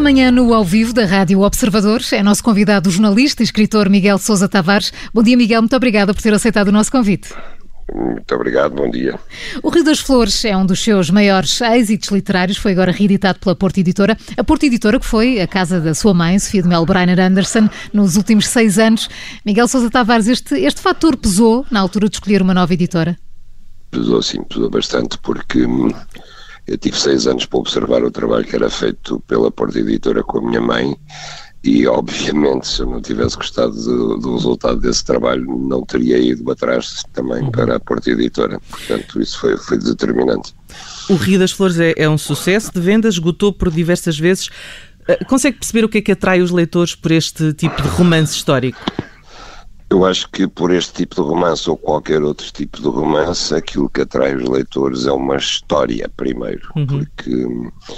manhã no Ao Vivo da Rádio Observador. É nosso convidado o jornalista e escritor Miguel Sousa Tavares. Bom dia, Miguel. Muito obrigada por ter aceitado o nosso convite. Muito obrigado, bom dia. O Rio das Flores é um dos seus maiores êxitos literários, foi agora reeditado pela Porto Editora. A Porto Editora que foi a casa da sua mãe, Sofia de Melo Breiner Anderson, nos últimos 6 anos. Miguel Sousa Tavares, este fator pesou na altura de escolher uma nova editora? Pesou sim, pesou bastante, porque eu tive 6 anos para observar o trabalho que era feito pela Porto Editora com a minha mãe. E, obviamente, se eu não tivesse gostado do resultado desse trabalho, não teria ido atrás também para a Porto Editora. Portanto, isso foi determinante. O Rio das Flores é um sucesso de vendas, esgotou por diversas vezes. Consegue perceber o que é que atrai os leitores por este tipo de romance histórico? Eu acho que por este tipo de romance ou qualquer outro tipo de romance, aquilo que atrai os leitores é uma história, primeiro. Porque...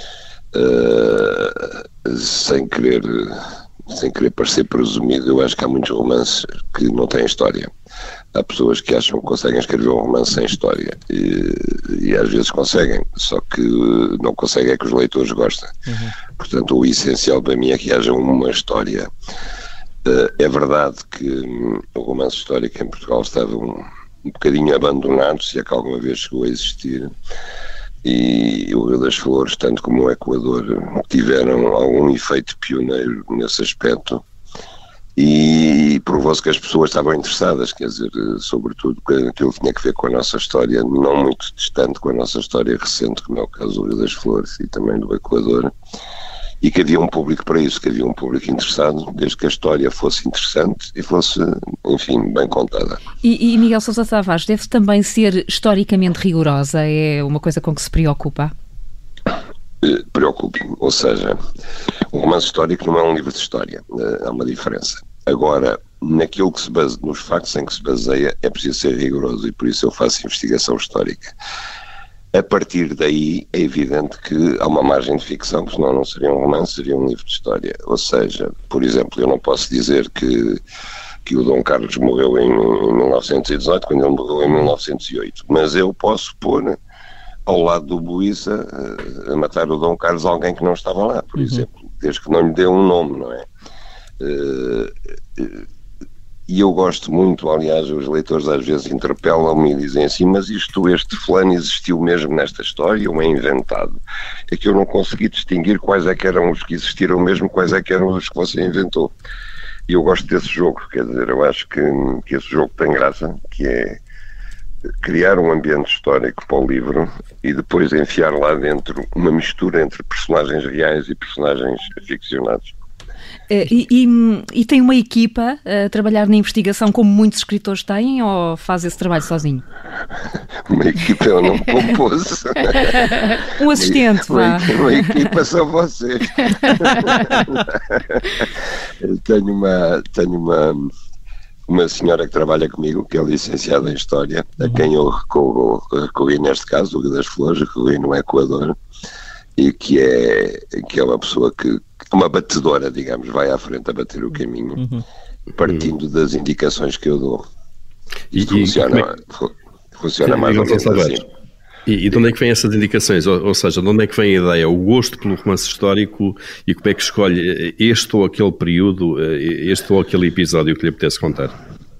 sem querer parecer presumido, eu acho que há muitos romances que não têm história. Há pessoas que acham que conseguem escrever um romance sem história e às vezes conseguem, só que não conseguem é que os leitores gostem. Portanto, o essencial para mim é que haja uma história. É verdade que o romance histórico em Portugal estava um bocadinho abandonado, se é que alguma vez chegou a existir. E o Rio das Flores, tanto como o Equador, tiveram algum efeito pioneiro nesse aspecto e provou-se que as pessoas estavam interessadas, quer dizer, sobretudo aquilo que tinha a ver com a nossa história, não muito distante com a nossa história recente, como é o caso do Rio das Flores e também do Equador, e que havia um público para isso, que havia um público interessado, desde que a história fosse interessante e fosse, enfim, bem contada. E Miguel Sousa Tavares deve também ser historicamente rigorosa? É uma coisa com que se preocupa? Preocupa-me, ou seja, um romance histórico não é um livro de história, há uma diferença. Agora, naquilo que se baseia, nos factos em que se baseia, é preciso ser rigoroso e por isso eu faço investigação histórica. A partir daí é evidente que há uma margem de ficção, porque senão não seria um romance, seria um livro de história. Ou seja, por exemplo, eu não posso dizer que o Dom Carlos morreu em 1918, quando ele morreu em 1908, mas eu posso pôr ao lado do Buíça a matar o Dom Carlos alguém que não estava lá, por exemplo, desde que não lhe dê um nome, não é? E eu gosto muito, aliás, os leitores às vezes interpelam-me e dizem assim, mas este fulano existiu mesmo nesta história ou é inventado? É que eu não consegui distinguir quais é que eram os que existiram mesmo, quais é que eram os que você inventou. E eu gosto desse jogo, quer dizer, eu acho que esse jogo tem graça, que é criar um ambiente histórico para o livro e depois enfiar lá dentro uma mistura entre personagens reais e personagens ficcionados. E tem uma equipa a trabalhar na investigação como muitos escritores têm ou faz esse trabalho sozinho? Uma equipa eu não compus. Um assistente, vá. Uma equipa são vocês. Tenho uma senhora que trabalha comigo, que é licenciada em História, a quem eu recorri neste caso, o Rio das Flores, recorri no Equador, e que é uma pessoa que uma batedora, digamos, vai à frente a bater o caminho, partindo das indicações que eu dou. Isto funciona mais ou menos assim. E de onde é que vêm essas indicações? Ou seja, de onde é que vem a ideia, o gosto pelo romance histórico e como é que escolhe este ou aquele período, este ou aquele episódio que lhe apetece contar?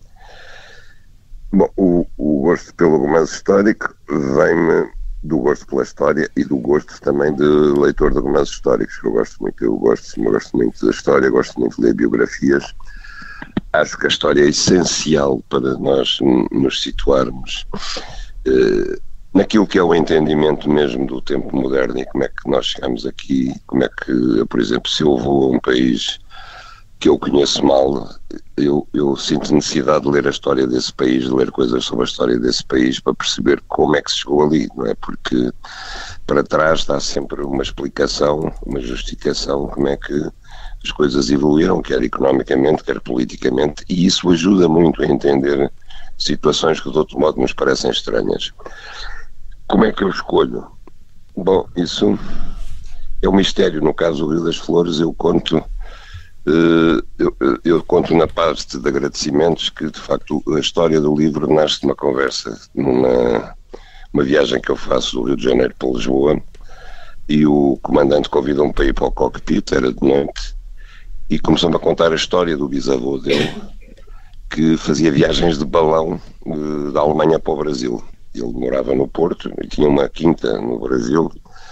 Bom, o gosto pelo romance histórico vem-me do gosto pela história e do gosto também de leitor de romances históricos, que eu gosto muito. Eu gosto muito da história, gosto muito de ler biografias. Acho que a história é essencial para nós nos situarmos naquilo que é o entendimento mesmo do tempo moderno e como é que nós chegamos aqui, como é que, por exemplo, se eu vou a um país que eu conheço mal, eu sinto necessidade de ler a história desse país, de ler coisas sobre a história desse país para perceber como é que se chegou ali, não é? Porque para trás dá sempre uma explicação, uma justificação, como é que as coisas evoluíram, quer economicamente, quer politicamente, e isso ajuda muito a entender situações que de outro modo nos parecem estranhas. Como é que eu escolho? Bom, isso é um mistério. No caso do Rio das Flores, eu conto na parte de agradecimentos que, de facto, a história do livro nasce de uma conversa, numa viagem que eu faço do Rio de Janeiro para Lisboa, e o comandante convidou-me para ir para o cockpit, era de noite, e começou-me a contar a história do bisavô dele, que fazia viagens de balão da Alemanha para o Brasil. Ele morava no Porto e tinha uma quinta no Brasil,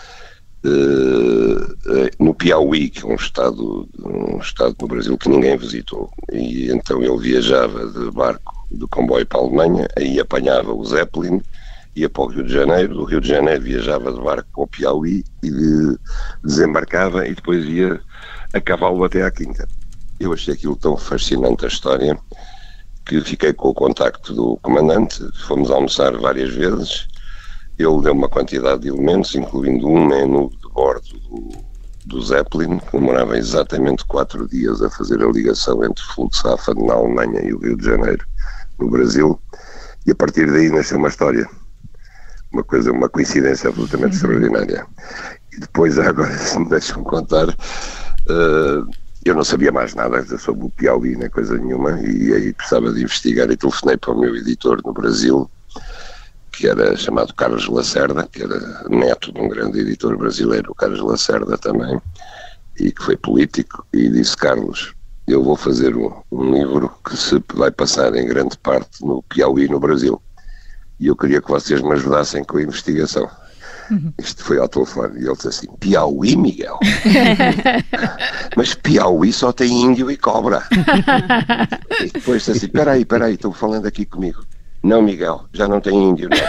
no Piauí, que é um estado no Brasil que ninguém visitou. E então ele viajava de barco, de comboio para a Alemanha, aí apanhava o Zeppelin, ia para o Rio de Janeiro, do Rio de Janeiro viajava de barco para o Piauí e desembarcava e depois ia a cavalo até à quinta. Eu achei aquilo tão fascinante, a história, que fiquei com o contacto do comandante, fomos almoçar várias vezes, ele deu uma quantidade de elementos, incluindo um menu de bordo do Zeppelin, que demorava exatamente 4 dias a fazer a ligação entre Flughafen na Alemanha e o Rio de Janeiro, no Brasil, e a partir daí nasceu uma história, uma coincidência absolutamente extraordinária. E depois, agora, se me deixam contar, eu não sabia mais nada sobre o Piauí, nem coisa nenhuma, e aí precisava de investigar e telefonei para o meu editor no Brasil, que era chamado Carlos Lacerda, que era neto de um grande editor brasileiro, o Carlos Lacerda também, e que foi político, e disse: Carlos, eu vou fazer um livro que se vai passar em grande parte no Piauí, no Brasil, e eu queria que vocês me ajudassem com a investigação. Isto foi ao telefone, e ele disse assim: Piauí, Miguel? Mas Piauí só tem índio e cobra. E depois disse assim: peraí, estou falando aqui comigo. Não, Miguel, já não tem índio, não.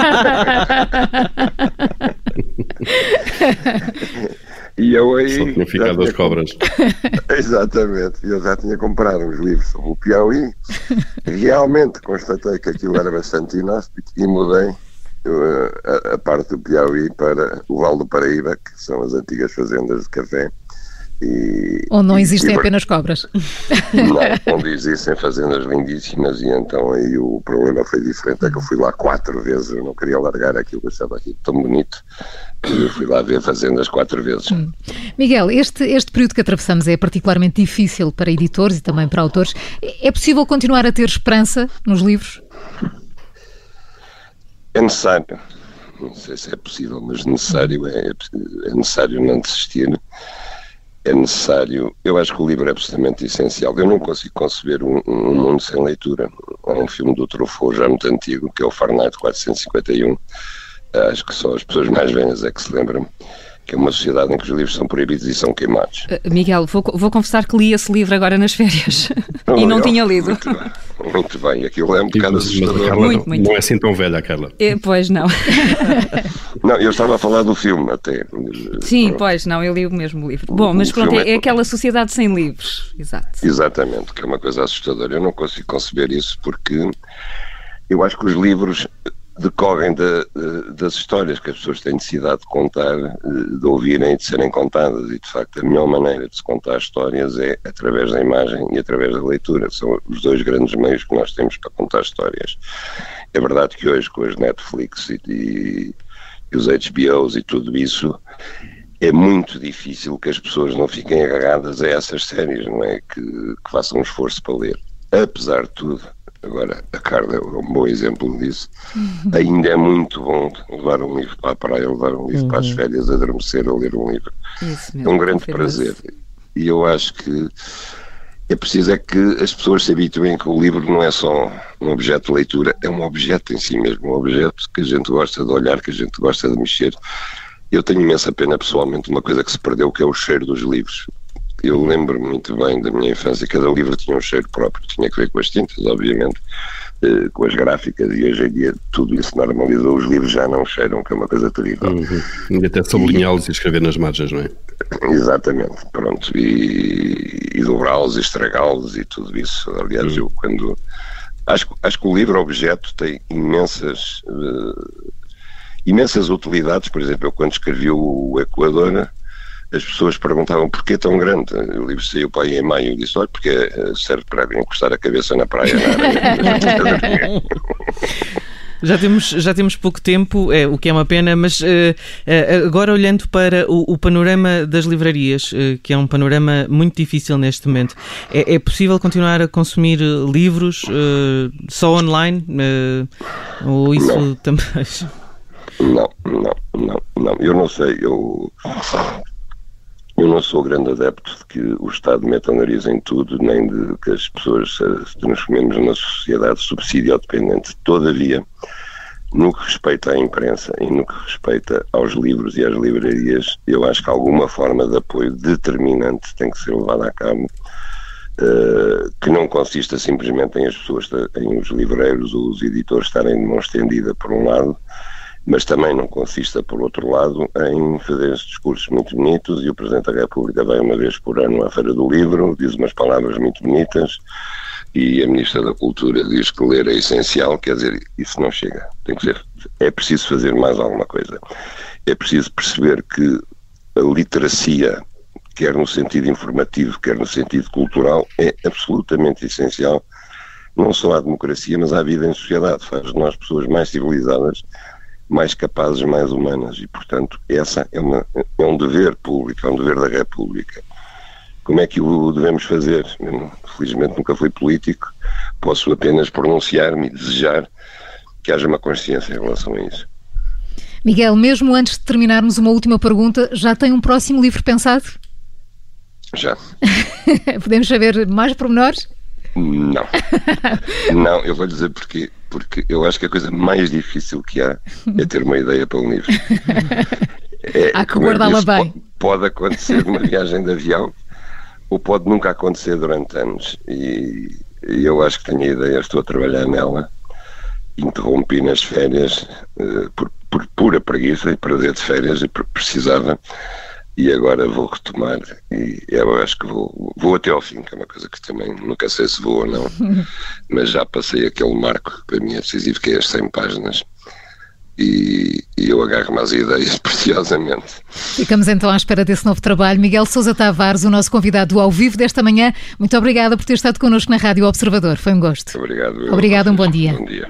E eu aí... Só tinha ficado as cobras. Exatamente, eu já tinha comprado uns livros sobre o Piauí, realmente constatei que aquilo era bastante inóspito e mudei a parte do Piauí para o Vale do Paraíba, que são as antigas fazendas de café. Onde não existem apenas cobras. Não, onde existem fazendas lindíssimas, e então aí o problema foi diferente, é que eu fui lá 4 vezes, eu não queria largar aquilo, eu achava aquilo tão bonito, que eu fui lá ver fazendas 4 vezes. Miguel, este período que atravessamos é particularmente difícil para editores e também para autores. É possível continuar a ter esperança nos livros? É necessário, não sei se é possível, mas necessário é necessário não desistir. É necessário, eu acho que o livro é absolutamente essencial. Eu não consigo conceber um mundo sem leitura. Há um filme do Truffaut já muito antigo, que é o Fahrenheit 451, acho que só as pessoas mais velhas é que se lembram, que é uma sociedade em que os livros são proibidos e são queimados. Miguel, vou confessar que li esse livro agora nas férias e não tinha lido. Muito bem, aquilo é um bocado assustador. Carla, muito. Não é assim tão velha, Carla. Pois não. Não, eu estava a falar do filme até. Sim, pronto. Pois não, eu li o mesmo livro. Bom, mas pronto, é aquela sociedade sem livros. Exato. Exatamente, que é uma coisa assustadora. Eu não consigo conceber isso porque eu acho que os livros decorrem das histórias que as pessoas têm necessidade de contar, de ouvirem e de serem contadas, e de facto a melhor maneira de se contar histórias é através da imagem e através da leitura. São os 2 grandes meios que nós temos para contar histórias. É verdade que hoje, com as Netflix e os HBOs e tudo isso, é muito difícil que as pessoas não fiquem agarradas a essas séries, não é? Que façam um esforço para ler. Apesar de tudo, agora a Carla é um bom exemplo disso, ainda é muito bom levar um livro para a praia, levar um livro para as férias, adormecer ou ler um livro. Isso mesmo, é um grande prazer. E eu acho que é preciso que as pessoas se habituem que o livro não é só um objeto de leitura, é um objeto em si mesmo, um objeto que a gente gosta de olhar, que a gente gosta de mexer. Eu tenho imensa pena pessoalmente de uma coisa que se perdeu, que é o cheiro dos livros. Eu lembro-me muito bem da minha infância, cada livro tinha um cheiro próprio, tinha que ver com as tintas, obviamente, com as gráficas, e hoje em dia tudo isso normalizou, os livros já não cheiram, que é uma coisa terrível. E até sublinhá-los e escrever nas margens, não é? Exatamente, pronto, e dobrá-los e estragá-los e tudo isso. Aliás, eu quando... Acho que o livro-objeto tem imensas utilidades. Por exemplo, eu quando escrevi o Equador, as pessoas perguntavam porquê tão grande. O livro saiu para aí em maio e disse: olha, porque serve para encostar a cabeça na praia, na areia. Já temos pouco tempo, o que é uma pena, mas agora olhando para o panorama das livrarias, que é um panorama muito difícil neste momento, é possível continuar a consumir livros só online? Ou isso também... Não. Não, eu não sei, eu não sou grande adepto de que o Estado meta o nariz em tudo, nem de que as pessoas se transformemos numa sociedade subsídio-dependente. Todavia, no que respeita à imprensa e no que respeita aos livros e às livrarias, eu acho que alguma forma de apoio determinante tem que ser levada a cabo, que não consista simplesmente em as pessoas, em os livreiros ou os editores estarem de mão estendida por um lado, mas também não consista, por outro lado, em fazer esses discursos muito bonitos, e o Presidente da República vai uma vez por ano à Feira do Livro, diz umas palavras muito bonitas, e a Ministra da Cultura diz que ler é essencial. Quer dizer, isso não chega. É preciso fazer mais alguma coisa. É preciso perceber que a literacia, quer no sentido informativo, quer no sentido cultural, é absolutamente essencial, não só à democracia, mas à vida em sociedade. Faz de nós pessoas mais civilizadas, mais capazes, mais humanas, e portanto essa é um dever público, é um dever da República. Como é que o devemos fazer? Eu, felizmente nunca fui político, posso apenas pronunciar-me e desejar que haja uma consciência em relação a isso. Miguel, mesmo antes de terminarmos, uma última pergunta, já tem um próximo livro pensado? Já. Podemos saber mais pormenores? Não, eu vou dizer porquê. Porque eu acho que a coisa mais difícil que há é ter uma ideia para um livro. Há que guardá-la bem. Pode acontecer numa viagem de avião, ou pode nunca acontecer durante anos. E eu acho que tenho a ideia, estou a trabalhar nela. Interrompi nas férias por pura preguiça e prazer de férias, e precisava. E agora vou retomar, e eu acho que vou até ao fim, que é uma coisa que também nunca sei se vou ou não, mas já passei aquele marco que para mim é decisivo, que é as 100 páginas, e eu agarro-me às ideias preciosamente. Ficamos então à espera desse novo trabalho. Miguel Sousa Tavares, o nosso convidado ao vivo desta manhã, muito obrigada por ter estado connosco na Rádio Observador, foi um gosto. Obrigado. Obrigado, um bom dia. Bom dia.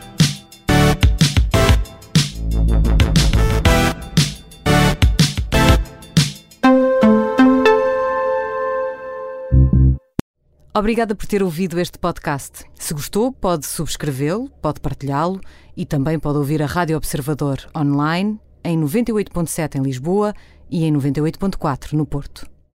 Obrigada por ter ouvido este podcast. Se gostou, pode subscrevê-lo, pode partilhá-lo e também pode ouvir a Rádio Observador online em 98.7 em Lisboa e em 98.4 no Porto.